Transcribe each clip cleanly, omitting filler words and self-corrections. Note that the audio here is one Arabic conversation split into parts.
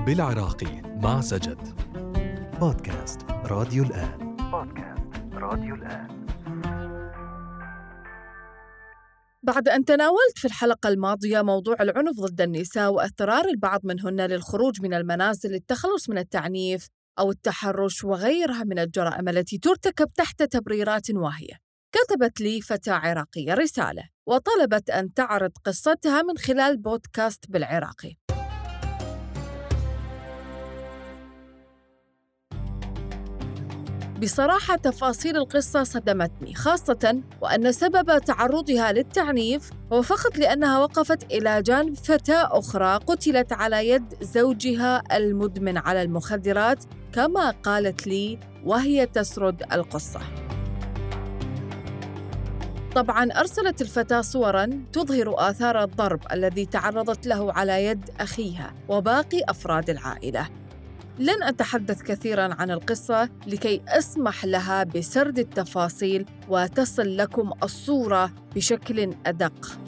بالعراقي مع سجد. بودكاست راديو الآن. بعد أن تناولت في الحلقة الماضية موضوع العنف ضد النساء وإضطرار البعض منهن للخروج من المنازل للتخلص من التعنيف أو التحرش وغيرها من الجرائم التي ترتكب تحت تبريرات واهية، كتبت لي فتاة عراقية رسالة وطلبت أن تعرض قصتها من خلال بودكاست بالعراقي. بصراحة تفاصيل القصة صدمتني، خاصة وأن سبب تعرضها للتعنيف هو فقط لأنها وقفت إلى جانب فتاة أخرى قتلت على يد زوجها المدمن على المخدرات، كما قالت لي وهي تسرد القصة. طبعاً أرسلت الفتاة صوراً تظهر آثار الضرب الذي تعرضت له على يد أخيها وباقي أفراد العائلة. لن أتحدث كثيراً عن القصة لكي أسمح لها بسرد التفاصيل وتصل لكم الصورة بشكل أدق.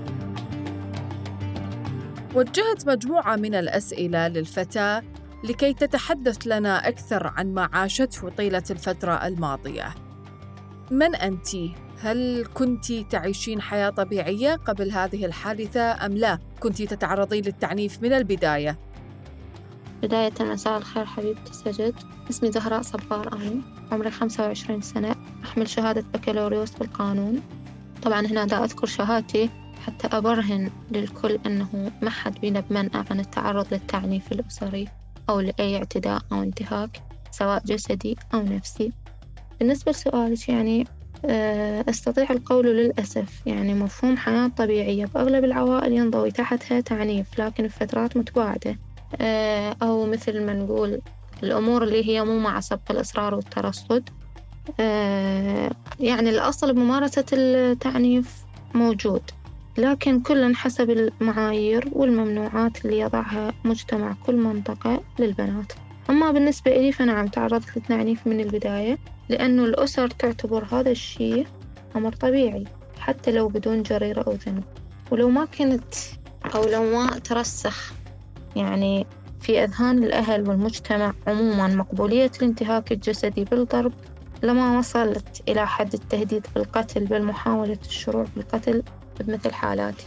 وجهت مجموعة من الأسئلة للفتاة لكي تتحدث لنا أكثر عن ما عاشته طيلة الفترة الماضية. من أنتِ؟ هل كنتِ تعيشين حياة طبيعية قبل هذه الحادثة أم لا؟ كنتِ تتعرضين للتعنيف من البداية؟ بداية مساء الخير حبيبتي سجد، اسمي زهراء صبار، أنا عمري 25 سنة، أحمل شهادة بكالوريوس بالقانون. طبعا هنا دا أذكر شهادتي حتى أبرهن للكل أنه ما حد بينا بمنأى عن التعرض للتعنيف الأسري أو لأي اعتداء أو انتهاك سواء جسدي أو نفسي. بالنسبة لسؤالك يعني أستطيع القول للأسف يعني مفهوم حياة طبيعية بأغلب العوائل ينضوي تحتها تعنيف، لكن في فترات متباعدة أو مثل ما نقول الأمور اللي هي مو مع سبق الإصرار والترصد. يعني الأصل بممارسة التعنيف موجود، لكن كل حسب المعايير والممنوعات اللي يضعها مجتمع كل منطقة للبنات. أما بالنسبة لي فنعم تعرضت للتعنيف من البداية، لأنه الأسر تعتبر هذا الشيء أمر طبيعي حتى لو بدون جريرة أو ذنب، ولو ما كنت أو لو ما ترسخ يعني في أذهان الأهل والمجتمع عموما مقبولية الانتهاك الجسدي بالضرب لما وصلت إلى حد التهديد بالقتل بالمحاولة الشروع بالقتل بمثل حالاتي.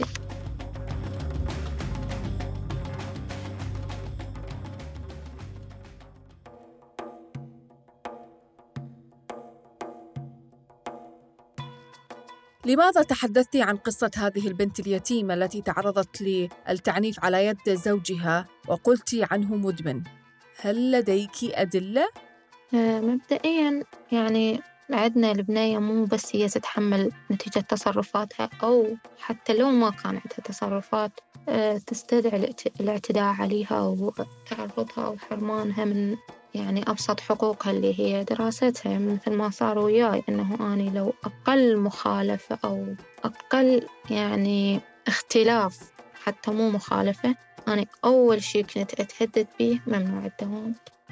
لماذا تحدثتي عن قصة هذه البنت اليتيمة التي تعرضت للتعنيف على يد زوجها وقلتي عنه مدمن؟ هل لديك أدلة؟ مبدئياً يعني عندنا البنية مو بس هي تتحمل نتيجة تصرفاتها، أو حتى لو ما كان عندها تصرفات تستدعي الاعتداء عليها وتعرضها أو حرمانها من يعني أبسط حقوقها اللي هي دراستها. مثل ما صار وياي إنه أنا لو أقل مخالفة أو أقل يعني اختلاف حتى مو مخالفة، أنا أول شيء كنت أتهدد به ممنوع الدوام.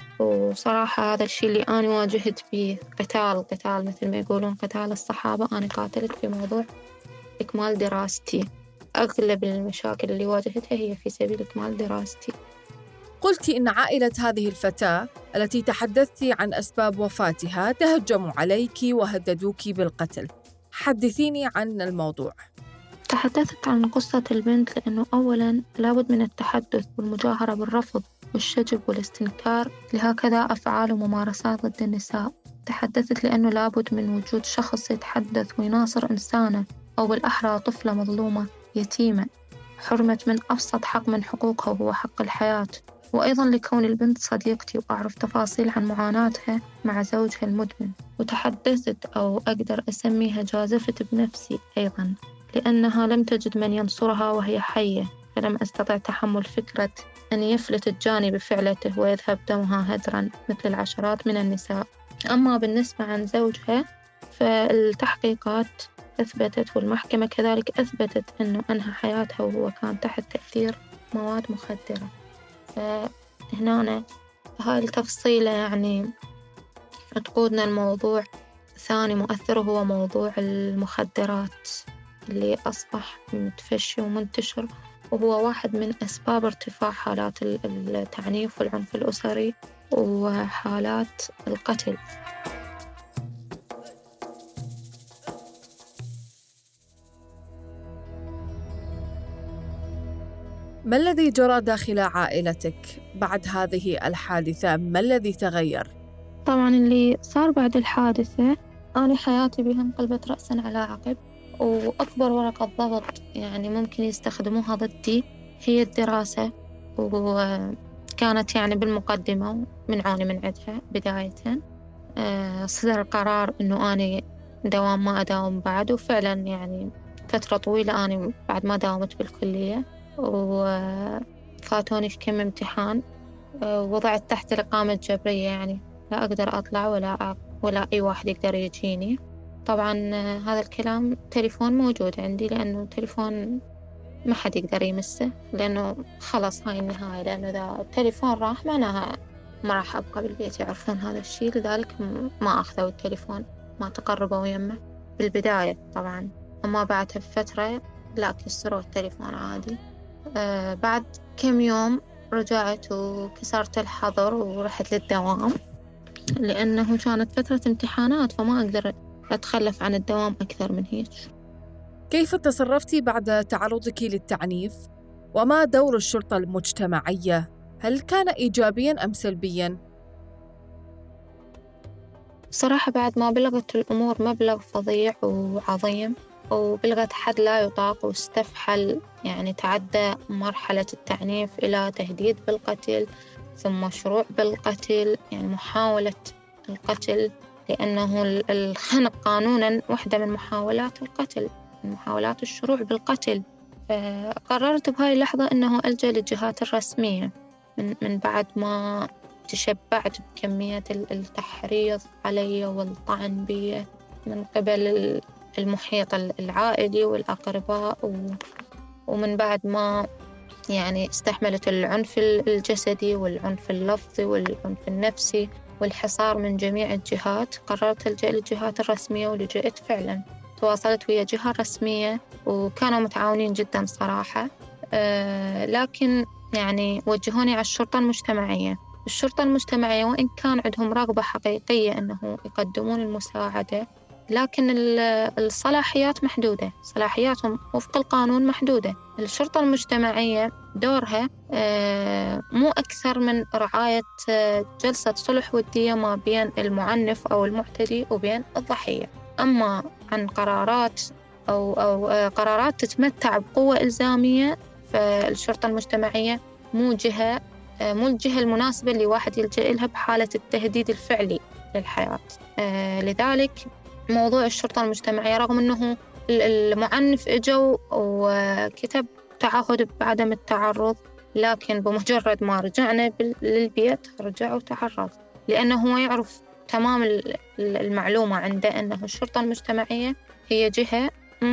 وصراحة هذا الشيء اللي أنا واجهت به قتال مثل ما يقولون قتال الصحابة، أنا قاتلت في موضوع إكمال دراستي. أغلب المشاكل اللي واجهتها هي في سبيل إكمال دراستي. قلتي إن عائلة هذه الفتاة التي تحدثتي عن أسباب وفاتها تهجموا عليك وهددوك بالقتل. حدثيني عن الموضوع. تحدثت عن قصة البنت لأنه أولاً لابد من التحدث والمجاهرة بالرفض والشجب والاستنكار لهكذا أفعال وممارسات ضد النساء. تحدثت لأنه لابد من وجود شخص يتحدث ويناصر إنسانة أو بالأحرى طفلة مظلومة يتيمة حرمت من أبسط حق من حقوقها وهو حق الحياة. وأيضاً لكون البنت صديقتي وأعرف تفاصيل عن معاناتها مع زوجها المدمن. وتحدثت أو أقدر أسميها جازفت بنفسي أيضاً لأنها لم تجد من ينصرها وهي حية، فلم أستطع تحمل فكرة أن يفلت الجاني بفعلته ويذهب دمها هدراً مثل العشرات من النساء. أما بالنسبة عن زوجها فالتحقيقات أثبتت والمحكمة كذلك أثبتت أنه أنهى حياتها وهو كان تحت تأثير مواد مخدرة. فهنا هاي التفصيلة يعني تقودنا الموضوع ثاني مؤثر هو موضوع المخدرات اللي أصبح متفشي ومنتشر وهو واحد من أسباب ارتفاع حالات التعنيف والعنف الأسري وحالات القتل. ما الذي جرى داخل عائلتك بعد هذه الحادثة؟ ما الذي تغير؟ طبعاً اللي صار بعد الحادثة، أنا حياتي بها انقلبت رأساً على عقب، وأكبر ورقة ضغط يعني ممكن يستخدموها ضدي هي الدراسة، وكانت يعني بالمقدمة منعوني من عندها بداية. صدر القرار إنه أنا دوام ما أداوم بعد، وفعلاً يعني فترة طويلة أنا بعد ما داومت بالكلية، وفاتوني في كم امتحان، وضعت تحت الإقامة الجبرية، يعني لا أقدر أطلع ولا أي واحد يقدر يجيني. طبعاً هذا الكلام تليفون موجود عندي، لأنه التليفون ما حد يقدر يمسه، لأنه خلاص هاي النهاية، لأنه إذا التليفون راح معناها ما راح أبقى بالبيت، يعرفون هذا الشيء، لذلك ما أخذوا التليفون، ما تقربوا يمه بالبداية طبعاً. أما بعدها بفترة لا، كسروا التليفون عادي. بعد كم يوم رجعت وكسرت الحظر ورحت للدوام، لأنه كانت فترة امتحانات، فما أقدر أتخلف عن الدوام أكثر من هيك. كيف تصرفتي بعد تعرضك للتعنيف؟ وما دور الشرطة المجتمعية؟ هل كان إيجابياً أم سلبياً؟ صراحة بعد ما بلغت الأمور مبلغ فظيع وعظيم، وبلغت حد لا يطاق، واستفحل يعني تعدى مرحلة التعنيف إلى تهديد بالقتل، ثم مشروع بالقتل، يعني محاولة القتل، لأنه الخنق قانوناً واحدة من محاولات القتل، من محاولات الشروع بالقتل. فقررت بهاي اللحظة أنه ألجأ للجهات الرسمية، من بعد ما تشبعت بكمية التحريض علي والطعن بي من قبل المحيط العائلي والأقرباء، ومن بعد ما يعني استحملت العنف الجسدي والعنف اللفظي والعنف النفسي والحصار من جميع الجهات. قررت ألجأ للجهات الرسمية، ولجأت فعلا، تواصلت ويا جهة رسمية وكانوا متعاونين جدا صراحة. لكن يعني وجهوني على الشرطة المجتمعية. الشرطة المجتمعية وإن كان عندهم رغبة حقيقية أنه يقدمون المساعدة، لكن الصلاحيات محدودة، صلاحياتهم وفق القانون محدودة. الشرطة المجتمعية دورها مو أكثر من رعاية جلسة صلح ودية ما بين المعنف أو المعتدي وبين الضحية. أما عن قرارات أو قرارات تتمتع بقوة إلزامية، فالشرطة المجتمعية مو الجهة المناسبة اللي واحد يلجأ لها بحالة التهديد الفعلي للحياة. لذلك موضوع الشرطة المجتمعية، رغم أنه المعنف إجوا وكتب تعهد بعدم التعرض، لكن بمجرد ما رجعنا للبيت رجع وتعرض، لأنه هو يعرف تمام المعلومة عنده أنه الشرطة المجتمعية هي جهة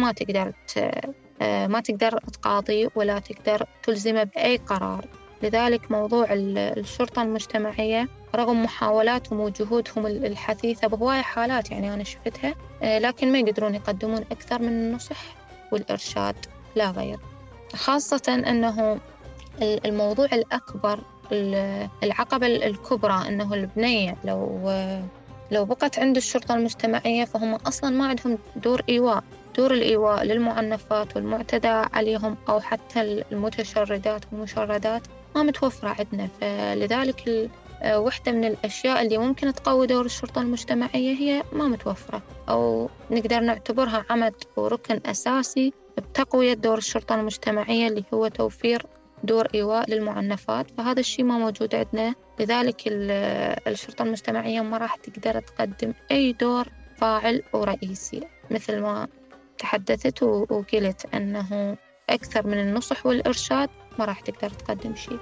ما تقدر تقاضي ولا تقدر تلزمه بأي قرار. لذلك موضوع الشرطة المجتمعية رغم محاولاتهم وجهودهم الحثيثة بهواية حالات يعني أنا شفتها، لكن ما يقدرون يقدمون أكثر من النصح والإرشاد لا غير. خاصة أنه الموضوع الأكبر، العقبة الكبرى، أنه البنية لو بقت عند الشرطة المجتمعية فهم أصلاً ما عندهم دور إيواء. دور الإيواء للمعنفات والمعتدى عليهم أو حتى المتشردات والمشردات ما متوفرة عندنا. فلذلك واحدة من الأشياء اللي ممكن تقوي دور الشرطة المجتمعية هي ما متوفرة، أو نقدر نعتبرها عمد وركن أساسي بتقوية دور الشرطة المجتمعية، اللي هو توفير دور إيواء للمعنفات. فهذا الشيء ما موجود عندنا، لذلك الشرطة المجتمعية ما راح تقدر تقدم أي دور فاعل ورئيسي، مثل ما تحدثت وقلت أنه أكثر من النصح والإرشاد ما راح تقدر تقدم شيء.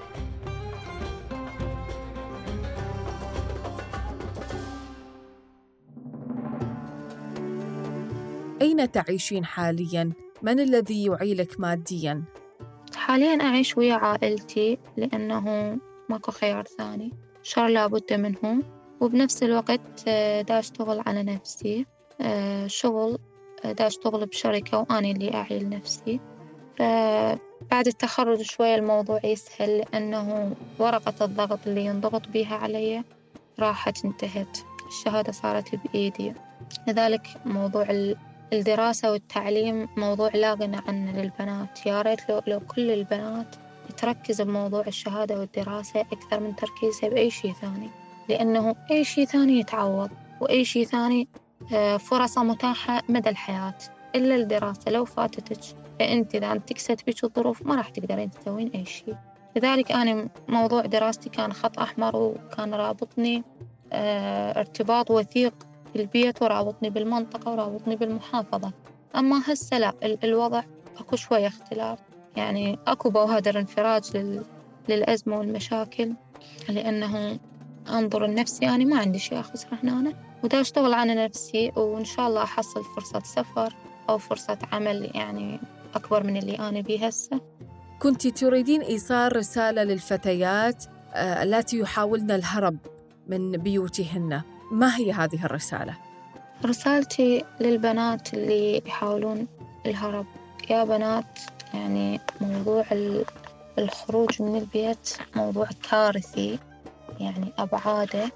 أين تعيشين حالياً؟ من الذي يعيلك مادياً؟ حالياً أعيش ويا عائلتي، لأنه ماكو خيار ثاني، شر لابد منه. وبنفس الوقت دا أشتغل على نفسي، دا أشتغل بشركة وأنا اللي أعيل نفسي. بعد التخرج شوية الموضوع يسهل، لأنه ورقة الضغط اللي ينضغط بيها علي راحت انتهت، الشهادة صارت بإيدي. لذلك موضوع الدراسة والتعليم موضوع لا غنى عنه للبنات. يا ريت لو كل البنات تركز بموضوع الشهادة والدراسة أكثر من تركيزها بأي شيء ثاني، لأنه أي شيء ثاني يتعوض، وأي شيء ثاني فرصة متاحة مدى الحياة، إلا الدراسة لو فاتتك فأنت إذا انتكست بك الظروف ما راح تقدرين تسوين أي شيء. لذلك أنا موضوع دراستي كان خط أحمر، وكان رابطني ارتباط وثيق بالبيت، ورابطني بالمنطقة، ورابطني بالمحافظة. أما هسه لا، الوضع أكو شوية اختلاف، يعني أكو بوادر انفراج للأزمة والمشاكل، لأنه أنظر لنفسي أنا ما عندي شيء أخسره هنا، ودا أشتغل على نفسي، وإن شاء الله أحصل فرصة سفر أو فرصة عمل يعني أكبر من اللي أنا بيه هسه. كنت تريدين إيصال رسالة للفتيات التي يحاولن الهرب من بيوتهن، ما هي هذه الرسالة؟ رسالتي للبنات اللي يحاولون الهرب: يا بنات، يعني موضوع الخروج من البيت موضوع كارثي، يعني أبعاده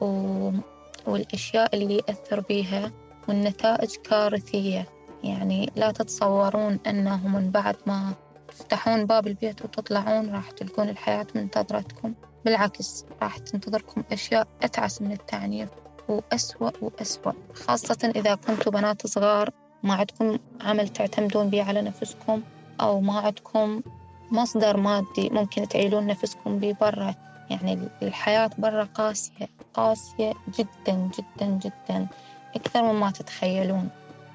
والأشياء اللي يأثر بيها والنتائج كارثية. يعني لا تتصورون أنه من بعد ما تفتحون باب البيت وتطلعون راح تلقون الحياة منتظرتكم، بالعكس راح تنتظركم أشياء أتعس من التعنيف وأسوأ وأسوأ، خاصة إذا كنتوا بنات صغار ما عندكم عمل تعتمدون به على نفسكم، أو ما عندكم مصدر مادي ممكن تعيلون نفسكم به برا. يعني الحياة برا قاسية قاسية جدا جدا جدا، أكثر مما تتخيلون.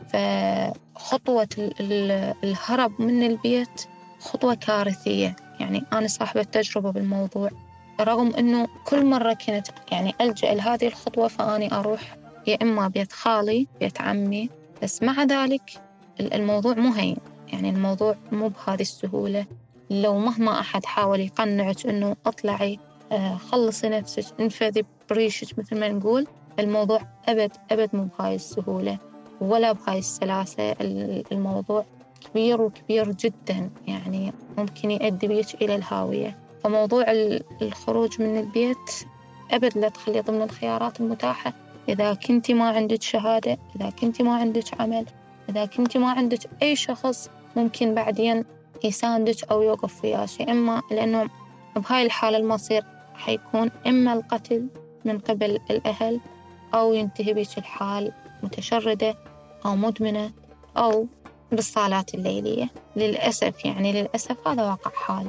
فخطوة الهرب من البيت خطوة كارثية. يعني أنا صاحبة تجربة بالموضوع، رغم أنه كل مرة كنت يعني ألجأ لهذه الخطوة، فأني أروح يا إما بيت خالي بيت عمي، بس مع ذلك الموضوع مو هين، يعني الموضوع مو بهذه السهولة. لو مهما أحد حاول يقنعك أنه أطلعي خلصي نفسك انفذي بريشك مثل ما نقول، الموضوع أبد أبد مو بهاي السهولة ولا بهاي السلاسة. الموضوع كبير وكبير جدا، يعني ممكن يؤدي بيك إلى الهاوية. فموضوع الخروج من البيت أبد لا تخلي ضمن الخيارات المتاحة. إذا كنتي ما عندك شهادة، إذا كنتي ما عندك عمل، إذا كنتي ما عندك أي شخص ممكن بعدين يساندك أو يوقف وياك، إما لأنه بهاي الحالة المصير حيكون إما القتل من قبل الأهل، أو ينتهي بيك الحال متشردة أو مدمنة أو بالصالات الليلية. للأسف يعني للأسف هذا واقع حال.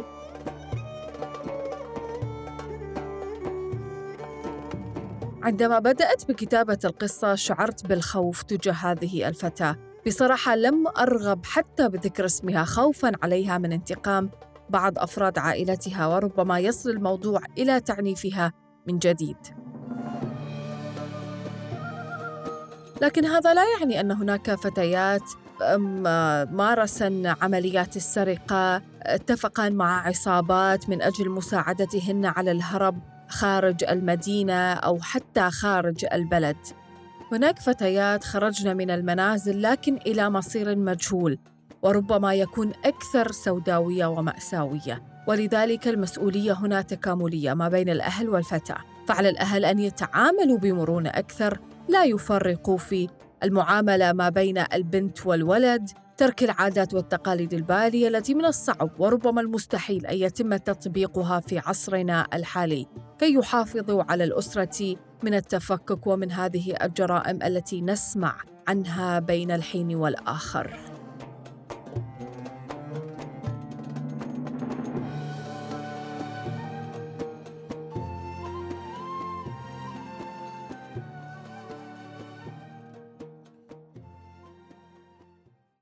عندما بدأت بكتابة القصة شعرت بالخوف تجاه هذه الفتاة. بصراحة لم أرغب حتى بذكر اسمها خوفاً عليها من انتقام بعض أفراد عائلتها، وربما يصل الموضوع إلى تعنيفها من جديد. لكن هذا لا يعني أن هناك فتيات مارسن عمليات السرقة، اتفقن مع عصابات من أجل مساعدتهن على الهرب خارج المدينة أو حتى خارج البلد. هناك فتيات خرجن من المنازل لكن إلى مصير مجهول، وربما يكون أكثر سوداوية ومأساوية. ولذلك المسؤولية هنا تكاملية ما بين الأهل والفتاة. فعلى الأهل أن يتعاملوا بمرونة أكثر، لا يفرقوا في المعاملة ما بين البنت والولد، ترك العادات والتقاليد البالية التي من الصعب وربما المستحيل أن يتم تطبيقها في عصرنا الحالي كي يحافظوا على الأسرة من التفكك ومن هذه الجرائم التي نسمع عنها بين الحين والآخر.